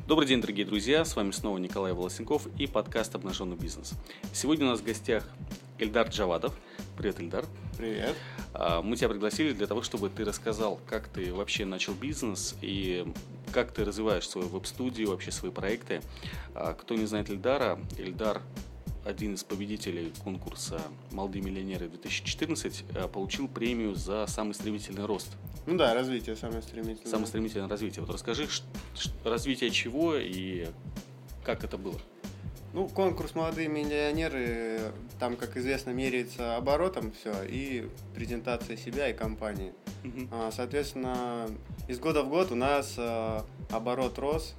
Добрый день, дорогие друзья, с вами снова Николай Волосенков и подкаст «Обнаженный бизнес». Сегодня у нас в гостях Эльдар Джавадов. Привет, Эльдар. Привет. Мы тебя пригласили для того, чтобы ты рассказал, как ты вообще начал бизнес и как ты развиваешь свою веб-студию, вообще свои проекты. Кто не знает Эльдара, Эльдар один из победителей конкурса «Молодые миллионеры 2014», получил премию за самый стремительный рост. Ну да, развитие самое стремительное. Самое стремительное развитие. Вот расскажи, развитие чего и как это было? Ну, конкурс «Молодые миллионеры», там, как известно, меряется оборотом все и презентация себя и компании. Соответственно, из года в год у нас оборот рос,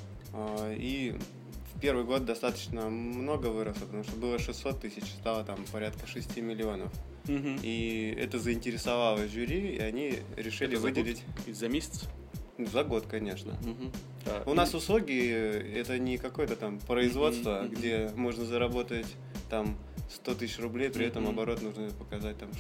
и в первый год достаточно много выросло, потому что было 600 тысяч, стало там порядка 6 миллионов. И это заинтересовало жюри, и они решили выделить... За месяц? За год, конечно. У нас услуги это не какое-то там производство, где можно заработать там 100 тысяч рублей, при этом оборот нужно показать там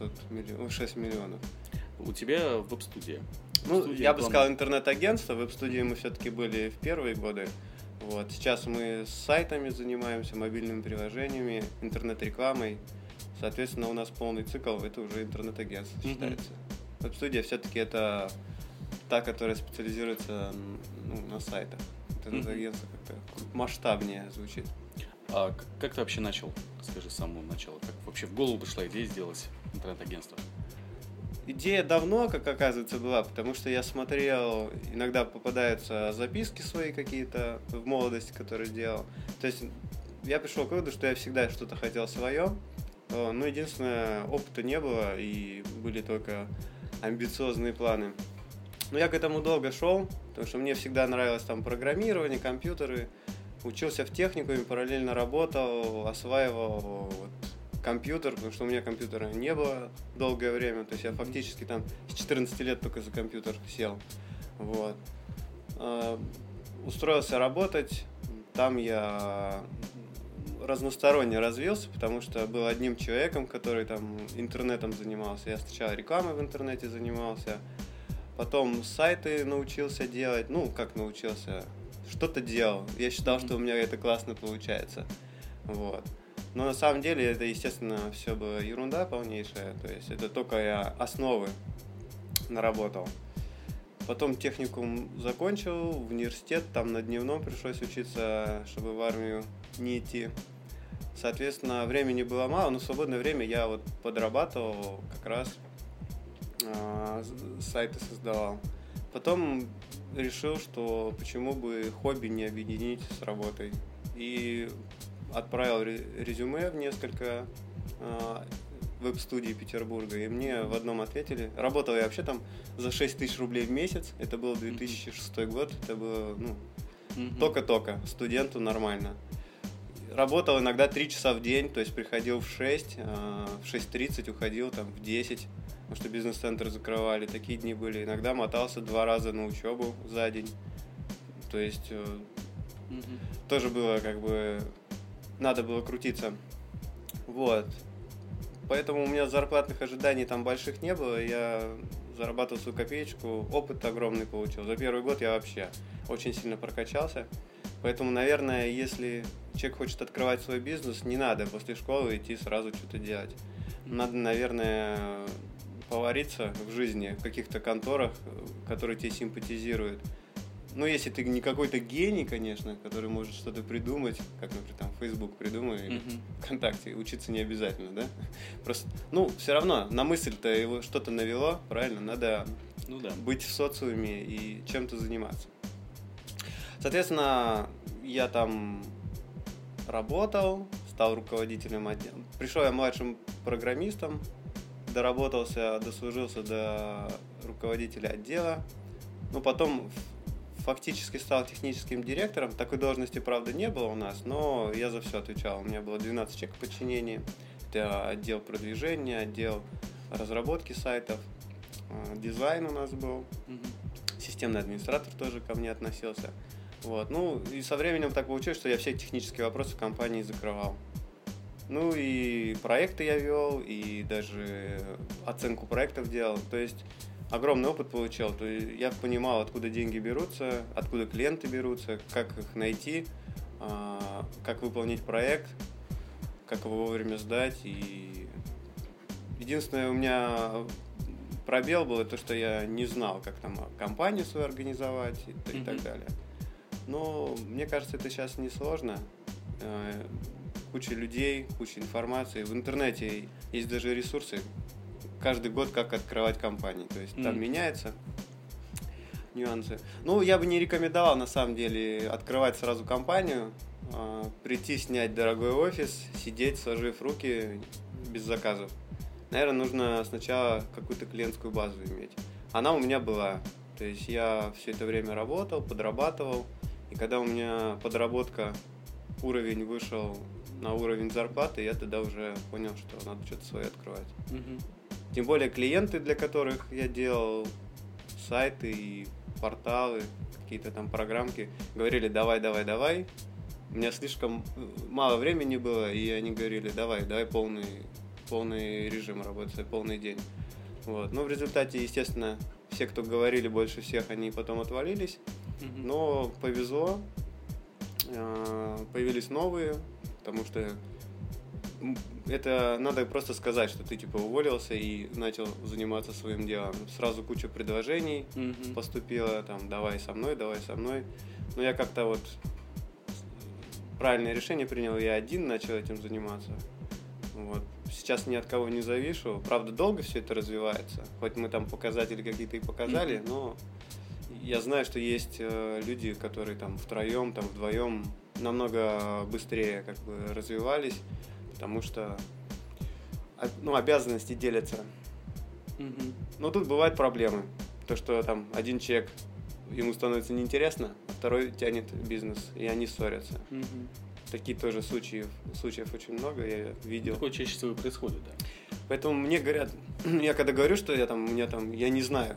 6 миллионов. У тебя веб-студия? Ну, я бы сказал интернет-агентство. В веб-студии мы все-таки были в первые годы. Вот. Сейчас мы с сайтами занимаемся, мобильными приложениями, интернет-рекламой. Соответственно, у нас полный цикл, это уже интернет-агентство считается. Веб-студия все-таки это та, которая специализируется на сайтах. Интернет-агентство как-то масштабнее звучит. А как ты вообще начал? Расскажи с самого начала. Как вообще в голову пришла идея сделать интернет-агентство? Идея давно, как оказывается, была, потому что я смотрел, иногда попадаются записки свои какие-то в молодости, которые делал. То есть я пришел к выводу, что я всегда что-то хотел свое, но единственное, опыта не было и были только амбициозные планы. Но я к этому долго шел, потому что мне всегда нравилось там программирование, компьютеры. Учился в техникуме, параллельно работал, осваивал компьютер, потому что у меня компьютера не было долгое время. То есть я фактически там с 14 лет только за компьютер сел. Вот. Устроился работать. Там я разносторонне развился, потому что был одним человеком, который там интернетом занимался. Я сначала рекламой в интернете занимался. Потом сайты научился делать, как научился, что-то делал. Я считал, что у меня это классно получается. Вот. Но на самом деле это, естественно, все было ерунда полнейшая. То есть это только я основы наработал. Потом техникум закончил, в университет, там на дневном пришлось учиться, чтобы в армию не идти. Соответственно, времени было мало, но в свободное время я подрабатывал как раз. Сайты создавал. Потом решил, что почему бы хобби не объединить с работой. И отправил резюме в несколько веб-студий Петербурга, и мне в одном ответили. Работал я вообще там за 6 тысяч рублей в месяц. Это был 2006 год. Это было, только-только. Студенту нормально. Работал иногда 3 часа в день, то есть приходил в 6, в 6:30 уходил там в 10, потому что бизнес-центр закрывали, такие дни были. Иногда мотался 2 раза на учебу за день, то есть тоже было надо было крутиться. Вот. Поэтому у меня зарплатных ожиданий там больших не было, я зарабатывал свою копеечку, опыт огромный получил. За первый год я вообще очень сильно прокачался. Поэтому, наверное, если человек хочет открывать свой бизнес, не надо после школы идти сразу что-то делать. Надо, наверное, повариться в жизни, в каких-то конторах, которые тебе симпатизируют. Если ты не какой-то гений, конечно, который может что-то придумать, как, например, там Facebook придумал или ВКонтакте, учиться не обязательно, да? Просто, все равно на мысль-то его что-то навело, правильно? Надо быть в социуме и чем-то заниматься. Соответственно, я там работал, стал руководителем отдела. Пришел я младшим программистом, дослужился до руководителя отдела. Потом фактически стал техническим директором. Такой должности, правда, не было у нас, но я за все отвечал. У меня было 12 человек в подчинении. Это отдел продвижения, отдел разработки сайтов, дизайн у нас был. Системный администратор тоже ко мне относился. Вот. И со временем так получилось, что я все технические вопросы в компании закрывал. И проекты я вел, и даже оценку проектов делал. То есть огромный опыт получил. То есть я понимал, откуда деньги берутся, откуда клиенты берутся, как их найти, как выполнить проект, как его вовремя сдать. И единственное, у меня пробел был, то, что я не знал, как там компанию свою организовать и так далее. Но мне кажется, это сейчас несложно. Куча людей, куча информации. В интернете есть даже ресурсы. Каждый год как открывать компании. То есть там меняются нюансы. Ну, я бы не рекомендовал, на самом деле, открывать сразу компанию, прийти, снять дорогой офис, сидеть, сложив руки без заказов. Наверное, нужно сначала какую-то клиентскую базу иметь. Она у меня была. То есть я все это время работал, подрабатывал. И когда у меня подработка, уровень вышел на уровень зарплаты, я тогда уже понял, что надо что-то свое открывать. Тем более клиенты, для которых я делал сайты и порталы, какие-то там программки, говорили: давай. У меня слишком мало времени было, и они говорили: давай полный режим работы, полный день. Вот. Но в результате, естественно, все, кто говорили больше всех, они потом отвалились. Но повезло, появились новые, потому что это надо просто сказать, что ты типа уволился и начал заниматься своим делом. Сразу куча предложений поступила, там, давай со мной. Но я как-то вот правильное решение принял, я один начал этим заниматься. Вот. Сейчас ни от кого не завишу. Правда, долго все это развивается. Хоть мы там показатели какие-то и показали, но я знаю, что есть люди, которые там втроем, там вдвоем намного быстрее как бы развивались, потому что обязанности делятся. Но тут бывают проблемы. То, что там один человек, ему становится неинтересно, а второй тянет бизнес, и они ссорятся. Такие тоже случаев очень много, я видел. Такое чаще всего происходит, да. Поэтому мне говорят, я когда говорю, что я не знаю,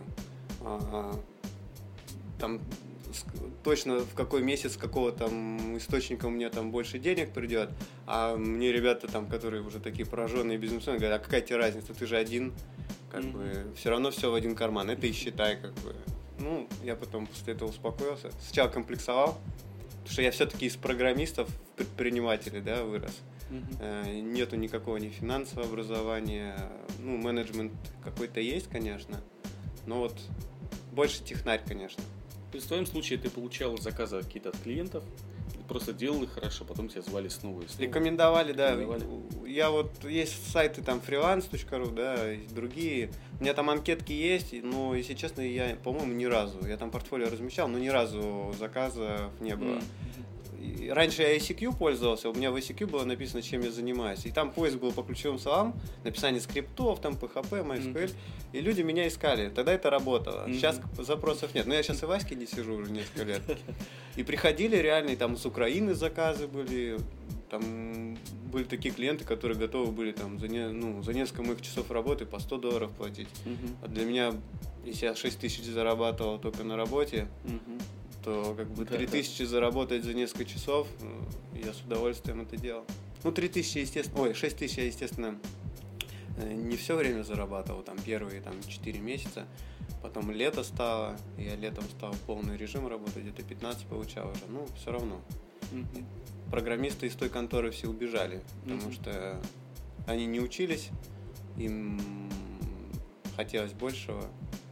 там точно в какой месяц, с какого там источника у меня там больше денег придет, а мне ребята там, которые уже такие пораженные бизнесмены, говорят: а какая тебе разница, ты же один, как бы, все равно все в один карман, это и считай, как бы. Ну, я потом после этого успокоился. Сначала комплексовал, потому что я все-таки из программистов в предпринимателей, да, вырос. Нету никакого ни финансового образования, менеджмент какой-то есть, конечно, но вот больше технарь, конечно. То есть в твоем случае ты получал заказы какие-то от клиентов, просто делал их хорошо, потом тебя звали снова и снова. Рекомендовали, да. Я вот, есть сайты там freelance.ru, да, и другие. У меня там анкетки есть, но, если честно, я, по-моему, ни разу. Я там портфолио размещал, но ни разу заказов не было. И раньше я ICQ пользовался, у меня в ICQ было написано, чем я занимаюсь. И там поиск был по ключевым словам, написание скриптов, там PHP, MySQL. И люди меня искали. Тогда это работало. Сейчас запросов нет. Но я сейчас и в Аське не сижу уже несколько лет. И приходили реально, и там с Украины заказы были. Там были такие клиенты, которые готовы были там за несколько моих часов работы по $100 платить. А для меня, если я 6 тысяч зарабатывал только на работе, то как бы 3000 заработать за несколько часов, я с удовольствием это делал. 3000, естественно, 6000 я, естественно, не все время зарабатывал, там первые 4 месяца, потом лето стало, я летом стал в полный режим работать, где-то 15 получал уже, все равно. Программисты из той конторы все убежали, потому что они не учились, им хотелось большего,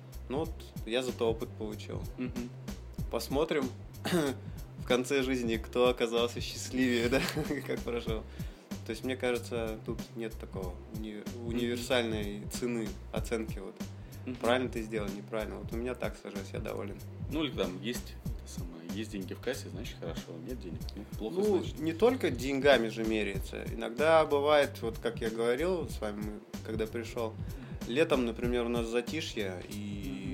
я зато опыт получил. Посмотрим в конце жизни, кто оказался счастливее, да, как прошел. То есть, мне кажется, тут нет такого универсальной цены, оценки. Вот. Правильно ты сделал, неправильно. Вот у меня так сложилось, я доволен. Или там есть деньги в кассе, значит хорошо, нет денег, плохо, значит. Не только деньгами же меряется. Иногда бывает, вот как я говорил с вами, когда пришел, летом, например, у нас затишье, и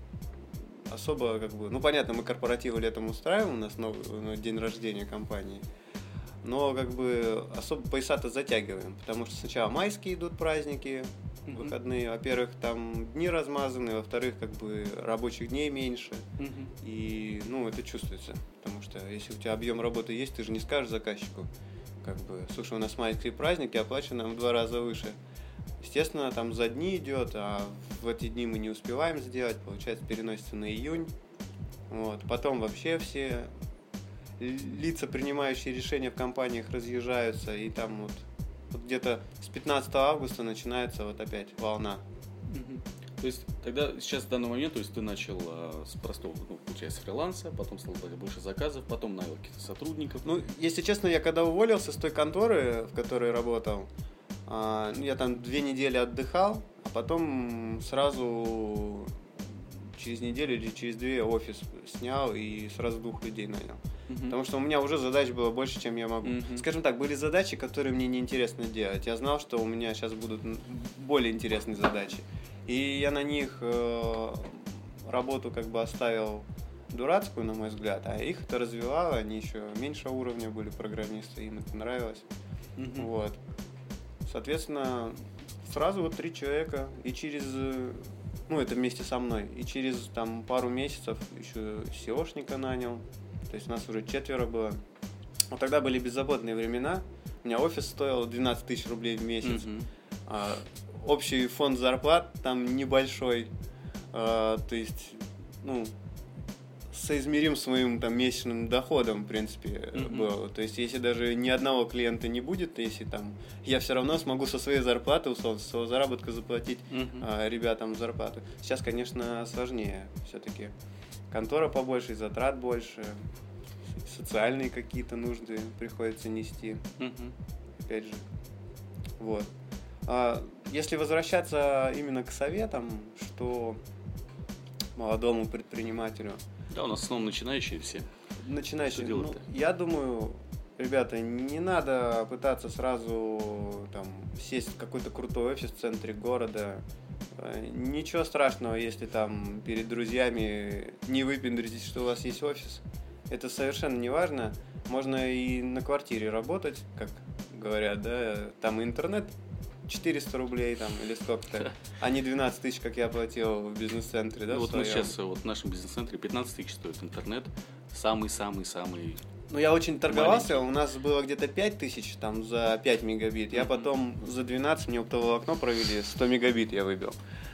особо, понятно, мы корпоративы летом устраиваем, у нас день рождения компании, но особо пояса-то затягиваем, потому что сначала майские идут праздники, выходные, во-первых, там дни размазаны, во-вторых, рабочих дней меньше, и, это чувствуется, потому что если у тебя объем работы есть, ты же не скажешь заказчику, слушай, у нас майские праздники, оплачено нам в 2 раза выше. Естественно, там за дни идет, а в эти дни мы не успеваем сделать, получается, переносится на июнь. Вот. Потом вообще все лица, принимающие решения в компаниях, разъезжаются, и там вот где-то с 15 августа начинается вот опять волна. То есть тогда сейчас в данный момент, то есть ты начал с простого, получается, фриланса, потом стал брать больше заказов, потом нанял каких-то сотрудников. Если честно, я когда уволился с той конторы, в которой работал, я там 2 недели отдыхал, а потом сразу через неделю или через 2 офис снял и сразу 2 людей нанял. Потому что у меня уже задач было больше, чем я могу. Скажем так, были задачи, которые мне неинтересно делать. Я знал, что у меня сейчас будут более интересные задачи. И я на них работу как бы оставил дурацкую, на мой взгляд, а их это развивало, они еще меньшего уровня были программисты, им это нравилось. Вот. Соответственно, сразу 3 человека, и через, это вместе со мной, и через там пару месяцев еще SEOшника нанял, то есть у нас уже 4 было. Вот тогда были беззаботные времена, у меня офис стоил 12 тысяч рублей в месяц, общий фонд зарплат там небольшой, то есть, соизмерим с моим там месячным доходом, в принципе, был. То есть, если даже ни одного клиента не будет, если там я все равно смогу со своей зарплаты, условно, со своего заработка заплатить ребятам зарплату. Сейчас, конечно, сложнее все-таки. Контора побольше, затрат больше, социальные какие-то нужды приходится нести. Опять же. Вот. Если возвращаться именно к советам, что молодому предпринимателю. Да, у нас в основном начинающие все. Начинающие. Я думаю, ребята, не надо пытаться сразу там сесть в какой-то крутой офис в центре города. Ничего страшного, если там перед друзьями не выпендритесь, что у вас есть офис. Это совершенно не важно. Можно и на квартире работать, как говорят, да, там интернет 400 рублей там, или сколько-то, а не 12 тысяч, как я платил в бизнес-центре, да? Вот мы сейчас в нашем бизнес-центре 15 тысяч стоит интернет, самый-самый-самый. Я очень торговался, маленький. У нас было где-то 5 тысяч там за 5 мегабит, я потом за 12, мне оптовое окно провели, 100 мегабит я выбил.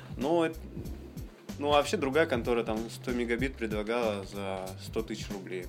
Вообще другая контора там 100 мегабит предлагала за 100 тысяч рублей.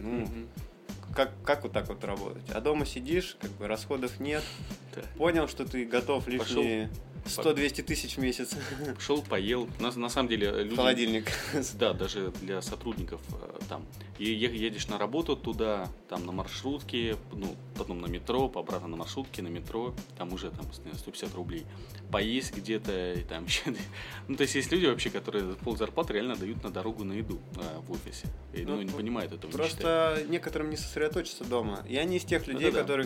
Как вот так вот работать? А дома сидишь, как бы расходов нет. Да. Понял, что ты готов лишние 100-200 тысяч в месяц. Пошел, поел. На самом деле люди... Холодильник. Да, даже для сотрудников там. И едешь на работу туда, там на маршрутке, потом на метро, обратно на маршрутке, на метро, там уже там 150 рублей. Поесть где-то, и там еще... то есть есть люди вообще, которые ползарплаты реально дают на дорогу на еду в офисе. И не понимают этого. Просто некоторым не сосредоточиться дома. Я не из тех людей, которым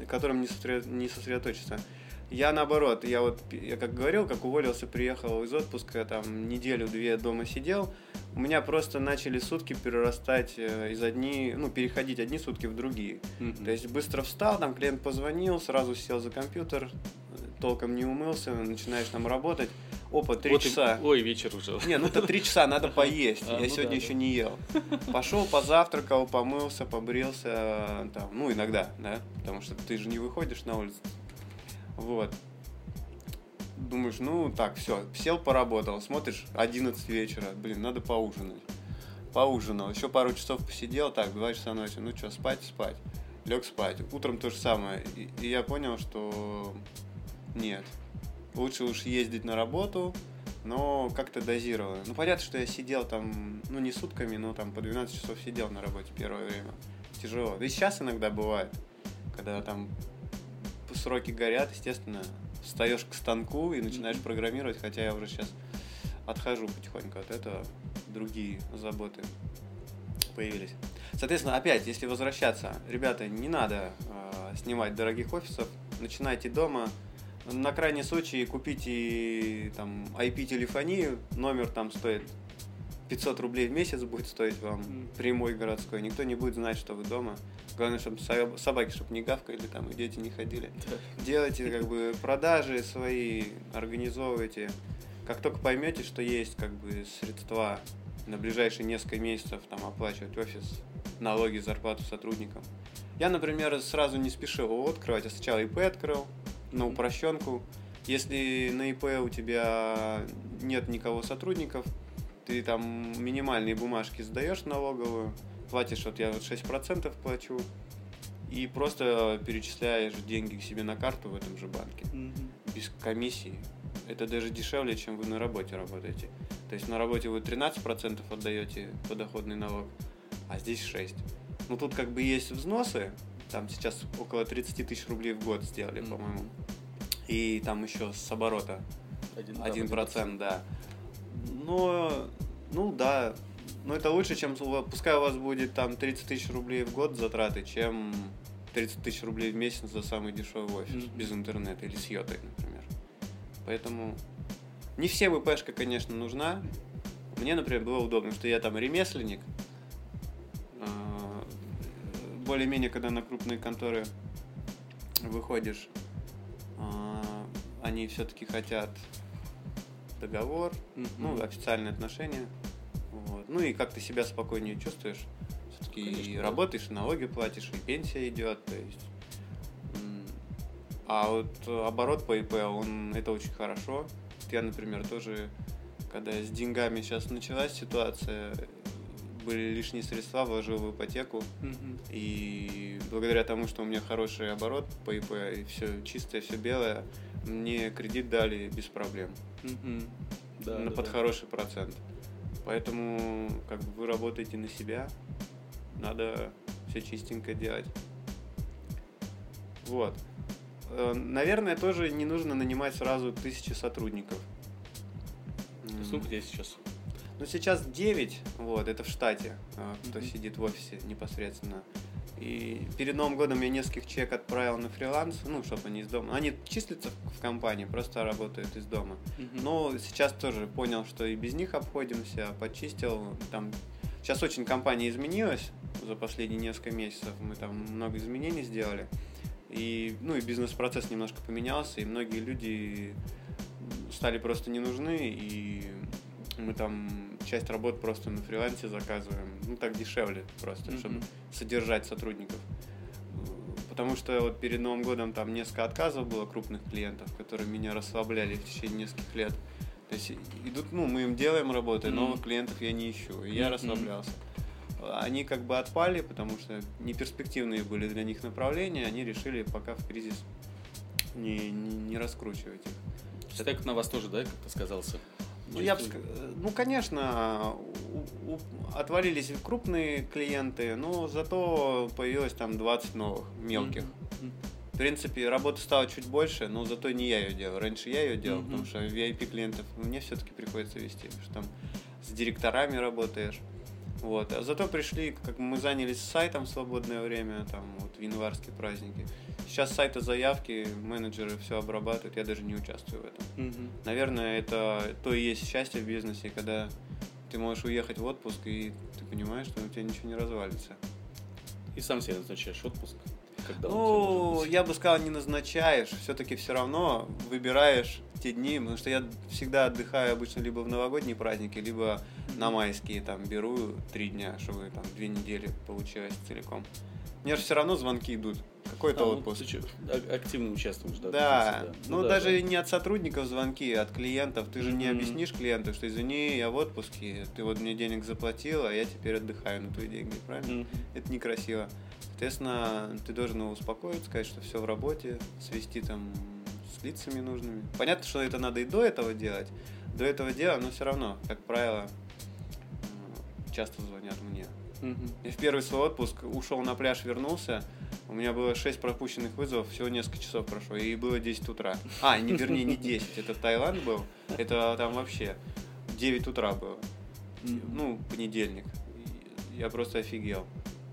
не сосредоточиться. Я наоборот, я как говорил, как уволился, приехал из отпуска, там неделю-2 дома сидел, у меня просто начали сутки перерастать переходить одни сутки в другие. То есть быстро встал, там клиент позвонил, сразу сел за компьютер, толком не умылся, начинаешь там работать. 3 часа. Вечер уже. 3 часа, надо поесть. Я сегодня еще не ел. Пошел, позавтракал, помылся, побрился, иногда, да, потому что ты же не выходишь на улицу. Вот. Думаешь, все, сел, поработал, смотришь, 11 вечера, надо поужинать. Поужинал, еще пару часов посидел, 2 часа ночи, спать. Лег спать. Утром то же самое. И я понял, что нет, лучше уж ездить на работу, но как-то дозированно. Понятно, что я сидел там, не сутками, но там по 12 часов сидел на работе первое время. Тяжело. Да и сейчас иногда бывает, когда там сроки горят, естественно, встаешь к станку и начинаешь программировать, хотя я уже сейчас отхожу потихоньку от этого, другие заботы появились. Соответственно, опять, если возвращаться, ребята, не надо снимать дорогих офисов, начинайте дома. На крайний случай купите там IP-телефонию, номер там стоит 500 рублей в месяц будет стоить вам, прямой городской, никто не будет знать, что вы дома. Главное, чтобы собаки не гавкали там, и дети не ходили. Делайте продажи свои, организовывайте. Как только поймете, что есть средства на ближайшие несколько месяцев там оплачивать офис, налоги, зарплату сотрудникам. Я, например, сразу не спешил его открывать, я сначала ИП открыл на упрощенку, Если на ИП у тебя нет никого сотрудников, ты там минимальные бумажки сдаешь в налоговую, платишь, вот я вот 6% плачу, и просто перечисляешь деньги к себе на карту в этом же банке. Без комиссии. Это даже дешевле, чем вы на работе работаете. То есть на работе вы 13% отдаете подоходный налог, а здесь 6%. Ну тут как бы есть взносы, там сейчас около 30 тысяч рублей в год сделали, по-моему. И там еще с оборота 1%, да. Но, ну да, но это лучше, чем, пускай у вас будет там 30 тысяч рублей в год затраты, чем 30 тысяч рублей в месяц за самый дешевый офис, без интернета или с йотой, например. Поэтому не всем ИПшка, конечно, нужна. Мне, например, было удобно, что я там ремесленник. Более-менее, когда на крупные конторы выходишь, они все-таки хотят договор, ну, официальные отношения. Вот. Ну и как ты себя спокойнее чувствуешь. Все-таки и работаешь, и налоги платишь, и пенсия идет. То есть. А вот оборот по ИП, это очень хорошо. Я, например, тоже, когда с деньгами сейчас началась ситуация, были лишние средства, вложил в ипотеку. И благодаря тому, что у меня хороший оборот по ИП, и все чистое, все белое, мне кредит дали без проблем. Под хороший процент. Поэтому как бы вы работаете на себя, надо все чистенько делать. Вот. Наверное, тоже не нужно нанимать сразу 1000 сотрудников. Сколько здесь сейчас? Ну, сейчас 9, вот, это в штате, кто сидит в офисе непосредственно. И перед Новым годом я нескольких человек отправил на фриланс, ну, чтобы они из дома. Они числятся в компании, просто работают из дома. Но сейчас тоже понял, что и без них обходимся, почистил. Там сейчас очень компания изменилась за последние несколько месяцев, мы там много изменений сделали. И, ну, и бизнес-процесс немножко поменялся, и многие люди стали просто не нужны, и мы там часть работ просто на фрилансе заказываем, ну так дешевле просто, чтобы содержать сотрудников. Потому что вот перед Новым годом там несколько отказов было крупных клиентов, которые меня расслабляли в течение нескольких лет. То есть идут, ну, мы им делаем работу, новых клиентов я не ищу, и я расслаблялся. Они как бы отпали, потому что неперспективные были для них направления, они решили пока в кризис не раскручивать их. Стек на вас тоже, да, как-то сказался? Ну, конечно, отвалились крупные клиенты, но зато появилось там 20 новых, мелких. В принципе, работы стало чуть больше, но зато не я ее делал. Раньше я ее делал, потому что VIP клиентов мне все-таки приходится вести, потому что там с директорами работаешь. Вот. А зато пришли, как мы занялись сайтом в свободное время, там вот в январские праздники. Сейчас с сайта заявки, менеджеры все обрабатывают, я даже не участвую в этом. Наверное, это то и есть счастье в бизнесе, когда ты можешь уехать в отпуск, и ты понимаешь, что у тебя ничего не развалится. И сам себе назначаешь отпуск? Когда я бы сказал, не назначаешь, все-таки все равно выбираешь те дни, потому что я всегда отдыхаю обычно либо в новогодние праздники, либо на майские, там, беру 3 дня, чтобы там 2 недели получилось целиком. Мне же все равно звонки идут, какой-то отпуск. Активно участвуешь, да? Да, даже не от сотрудников звонки, а от клиентов. Ты же не объяснишь клиенту, что извини, я в отпуске, ты вот мне денег заплатил, а я теперь отдыхаю на твои деньги, правильно? Это некрасиво. Соответственно, ты должен его успокоить, сказать, что все в работе, свести там с лицами нужными. Понятно, что это надо и до этого делать. До этого дела, но все равно, как правило, часто звонят мне. Я в первый свой отпуск ушел на пляж, вернулся. У меня было 6 пропущенных вызовов, всего несколько часов прошло, и было 10 утра. Не 10, это Таиланд был, это там вообще 9 утра было. Ну, понедельник. Я просто офигел.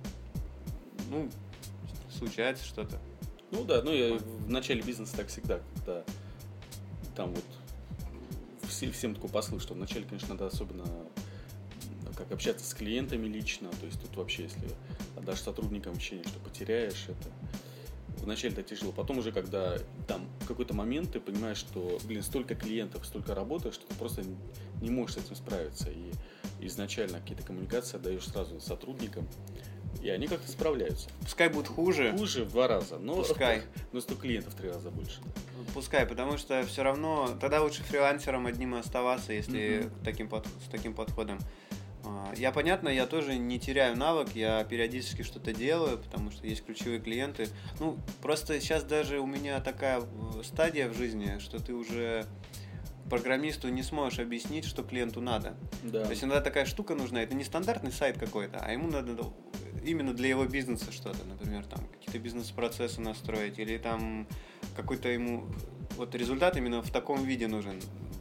Ну, случается что-то. Ну да, в начале бизнеса так всегда, когда там вот всем такой посыл, что вначале, конечно, надо особенно как общаться с клиентами лично, то есть тут вообще, если отдашь сотрудникам ощущение, что потеряешь, это вначале это тяжело. Потом уже, когда там в какой-то момент ты понимаешь, что, столько клиентов, столько работы, что ты просто не можешь с этим справиться. И изначально какие-то коммуникации отдаешь сразу сотрудникам, И они как-то справляются. Пускай будет хуже. Хуже в 2 раза, но пускай. Но 100 клиентов в 3 раза больше. Пускай, потому что все равно тогда лучше фрилансером одним и оставаться, если с таким подходом. Я, понятно, я тоже не теряю навык, я периодически что-то делаю, потому что есть ключевые клиенты. Ну, просто сейчас даже у меня такая стадия в жизни, что ты уже программисту не сможешь объяснить, что клиенту надо. Да. То есть иногда такая штука нужна, это не стандартный сайт какой-то, а ему надо именно для его бизнеса что-то, например, там какие-то бизнес-процессы настроить, или там какой-то ему вот результат именно в таком виде нужен.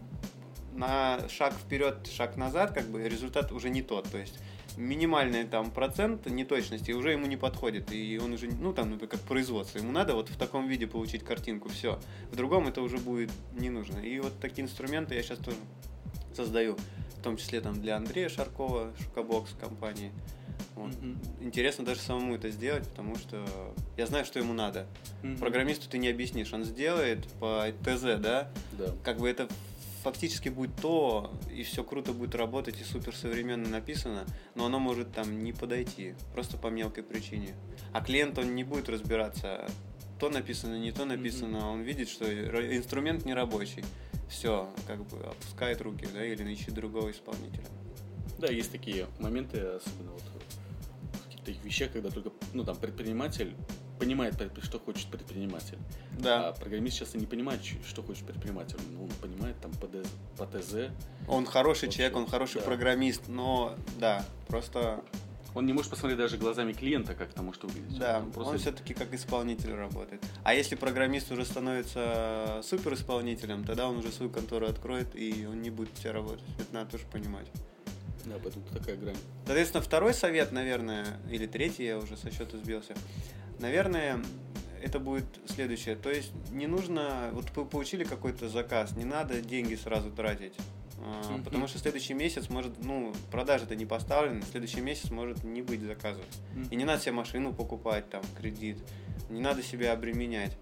На шаг вперед, шаг назад, как бы результат уже не тот, то есть минимальный там процент неточности уже ему не подходит, и он уже, ну там, например, как производство, ему надо вот в таком виде получить картинку, все, в другом это уже будет не нужно. И вот такие инструменты я сейчас тоже создаю, в том числе там для Андрея Шаркова, Шукабокс компании. Вот. Интересно даже самому это сделать, потому что я знаю, что ему надо. Программисту ты не объяснишь, он сделает по ТЗ, да? Как бы это фактически будет то, и все круто будет работать, и супер современно написано, но оно может там не подойти, просто по мелкой причине. А клиент, он не будет разбираться, то написано, не то написано, он видит, что инструмент не рабочий. Все, как бы опускает руки, да, или ищет другого исполнителя. Да, есть такие моменты, особенно вот в каких-то вещах, когда только, ну, там, предприниматель понимает, что хочет предприниматель. Да. А программист часто не понимает, что хочет предприниматель. Ну, он понимает там по ТЗ. Он хороший человек, он хороший программист, но да, просто... Он не может посмотреть даже глазами клиента, как это может выглядеть. Да, он все-таки как исполнитель работает. А если программист уже становится суперисполнителем, тогда он уже свою контору откроет, и он не будет у тебя работать. Это надо тоже понимать. Да, поэтому такая грань. Соответственно, второй совет, наверное, или третий, я уже со счета сбился. Наверное, это будет следующее. То есть не нужно, вот вы получили какой-то заказ, не надо деньги сразу тратить. Потому что следующий месяц может, ну, продажи-то не поставлены, следующий месяц может не быть заказов. И не надо себе машину покупать, там, кредит. Не надо себя обременять.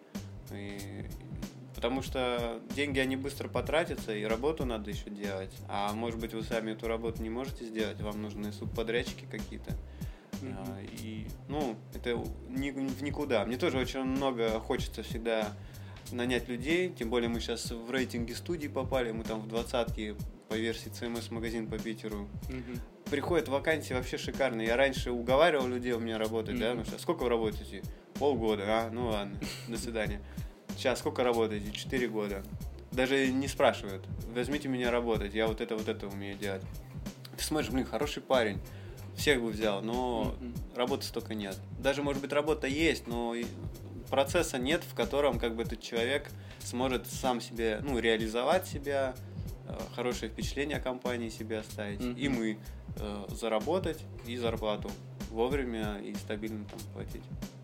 Потому что деньги, они быстро потратятся, и работу надо еще делать. А может быть, вы сами эту работу не можете сделать, вам нужны субподрядчики какие-то. И, ну, это в никуда. Мне тоже очень много хочется всегда нанять людей, тем более мы сейчас в рейтинге студий попали, мы там в 20-ки по версии CMS магазин по Питеру. Приходят вакансии вообще шикарные. Я раньше уговаривал людей у меня работать, да, ну что, сколько вы работаете? Полгода, ну ладно, до свидания. Сейчас сколько работаете? 4 года. Даже не спрашивают, возьмите меня работать, я вот это умею делать. Ты смотришь, блин, хороший парень. Всех бы взял, но работы столько нет. Даже, может быть, работа есть, но процесса нет, в котором как бы этот человек сможет сам себе, ну, реализовать себя, хорошее впечатление о компании себе оставить, и мы заработать и зарплату вовремя и стабильно там платить.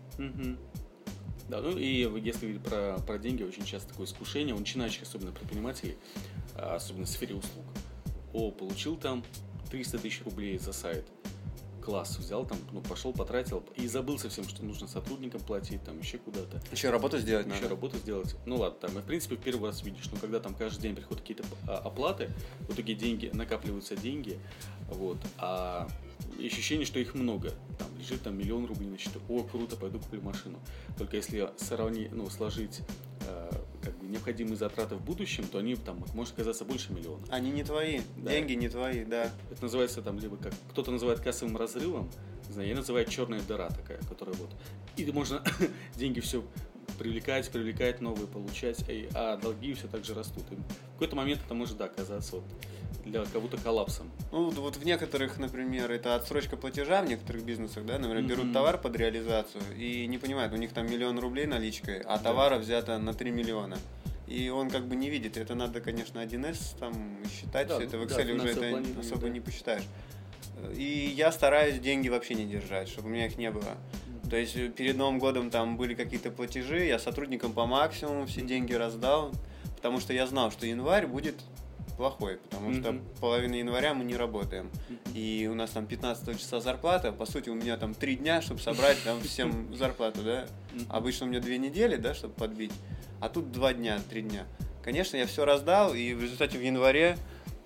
Да, ну и если говорить про деньги, очень часто такое искушение у начинающих, особенно предпринимателей, особенно в сфере услуг. Получил там 300 тысяч рублей за сайт. Класс, взял там, ну, пошел, потратил и забыл совсем, что нужно сотрудникам платить, там, еще куда-то. Еще работу сделать надо. Еще работу сделать. Ну ладно, там, и в принципе в первый раз видишь, но когда там каждый день приходят какие-то оплаты, в итоге деньги, накапливаются деньги, вот, а ощущение, что их много. Там лежит там 1 000 000 рублей на счету. Круто, пойду куплю машину. Только если сложить как бы необходимые затраты в будущем, то они там может оказаться больше 1 000 000. Они не твои, да. Деньги не твои, да. Это называется там либо как кто-то называет кассовым разрывом, не знаю, я называю черная дыра такая, которая вот. И можно деньги все привлекать новые, получать, а долги все так же растут. И в какой-то момент это может, да, оказаться вот для кого-то коллапсом. Ну, вот в некоторых, например, это отсрочка платежа в некоторых бизнесах, да, например, берут товар под реализацию и не понимают, у них там 1 000 000 рублей наличкой, а товара взято на 3 миллиона. И он как бы не видит. Это надо, конечно, 1С там считать, да, все это в Excel уже это особо не посчитаешь. И я стараюсь деньги вообще не держать, чтобы у меня их не было. То есть перед Новым годом там были какие-то платежи, я сотрудникам по максимуму все деньги раздал, потому что я знал, что январь будет плохой, потому что половина января мы не работаем. И у нас там 15 числа зарплата, по сути у меня там 3 дня, чтобы собрать там всем зарплату, да. Обычно у меня 2 недели, да, чтобы подбить, а тут 2 дня, 3 дня. Конечно, я все раздал, и в результате в январе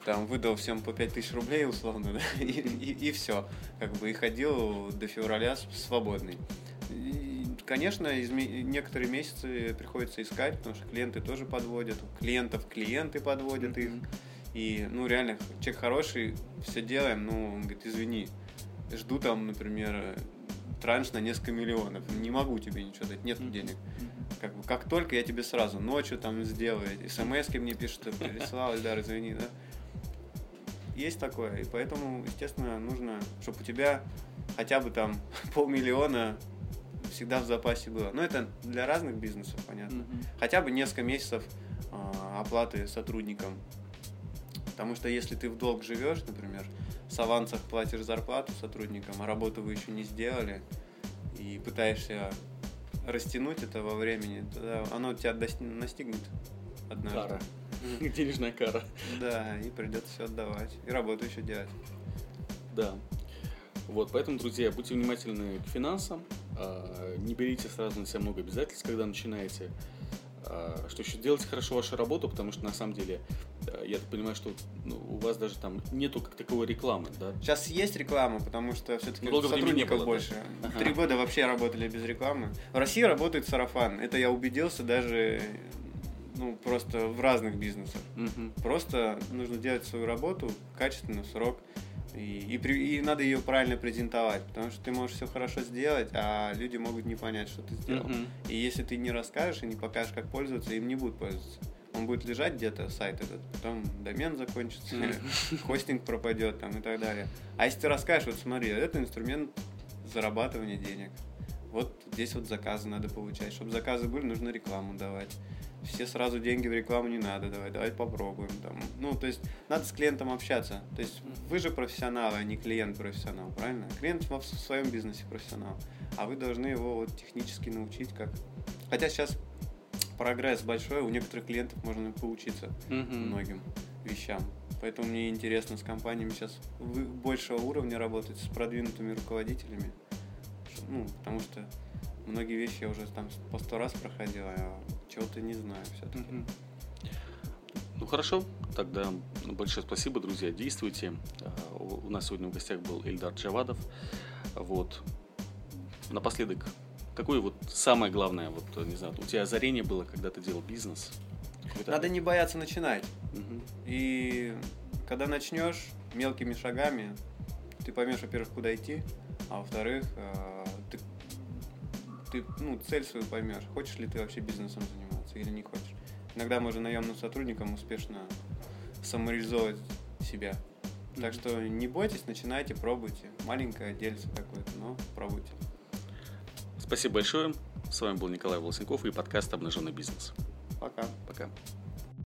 там выдал всем по 5000 рублей условно, да, и все. Как бы и ходил до февраля свободный. И, конечно, некоторые месяцы приходится искать, потому что клиенты тоже подводят, клиенты подводят их. И, ну, реально, человек хороший, все делаем, ну, он говорит, извини, жду там, например, транш на несколько миллионов, не могу тебе ничего дать, нет денег. Как только я тебе сразу ночью там сделаю, смс-ки мне пишут, переслал, Ильдар, извини, да. Есть такое, и поэтому, естественно, нужно, чтобы у тебя хотя бы там 500 000 всегда в запасе было. Но это для разных бизнесов, понятно. Хотя бы несколько месяцев оплаты сотрудникам. Потому что если ты в долг живешь, например, с авансах платишь зарплату сотрудникам, а работу вы еще не сделали, и пытаешься растянуть это во времени, тогда оно тебя настигнет однажды. Кара. Денежная кара. Да, и придется все отдавать. И работу еще делать. Да. Вот, поэтому, друзья, будьте внимательны к финансам, не берите сразу на себя много обязательств, когда начинаете. Что еще, делайте хорошо вашу работу, потому что на самом деле я так понимаю, что у вас даже там нету как таковой рекламы, да? Сейчас есть реклама, потому что все-таки сотрудников больше. Да? 3 года вообще работали без рекламы. В России работает сарафан. Это я убедился даже просто в разных бизнесах. Просто нужно делать свою работу качественно, в срок. И надо ее правильно презентовать, потому что ты можешь все хорошо сделать, а люди могут не понять, что ты сделал. И если ты не расскажешь и не покажешь, как пользоваться, им не будут пользоваться. Он будет лежать где-то, сайт этот, потом домен закончится, хостинг пропадет там, и так далее. А если ты расскажешь, вот смотри, это инструмент зарабатывания денег. Вот здесь вот заказы надо получать. Чтобы заказы были, нужно рекламу давать. Все сразу деньги в рекламу не надо давать, давай попробуем. Там. То есть надо с клиентом общаться. То есть вы же профессионалы, а не клиент-профессионал, правильно? Клиент в своем бизнесе профессионал, а вы должны его вот технически научить как. Хотя сейчас прогресс большой, у некоторых клиентов можно поучиться многим вещам. Поэтому мне интересно с компаниями сейчас большего уровня работать, с продвинутыми руководителями. Потому что многие вещи я уже там по 100 раз проходил, а чего-то не знаю все-таки. Ну хорошо, тогда большое спасибо, друзья, действуйте. У нас сегодня в гостях был Ильдар Джавадов. Вот. Напоследок, какое вот самое главное, вот не знаю, у тебя озарение было, когда ты делал бизнес? Надо не бояться начинать. И когда начнешь мелкими шагами, ты поймешь, во-первых, куда идти, а во-вторых, ты цель свою поймешь, хочешь ли ты вообще бизнесом заниматься или не хочешь. Иногда можно наемным сотрудникам успешно самореализовывать себя. Так что не бойтесь, начинайте, пробуйте. Маленькое дельце какое-то, но пробуйте. Спасибо большое. С вами был Николай Волосенков и подкаст «Обнаженный бизнес». Пока. Пока.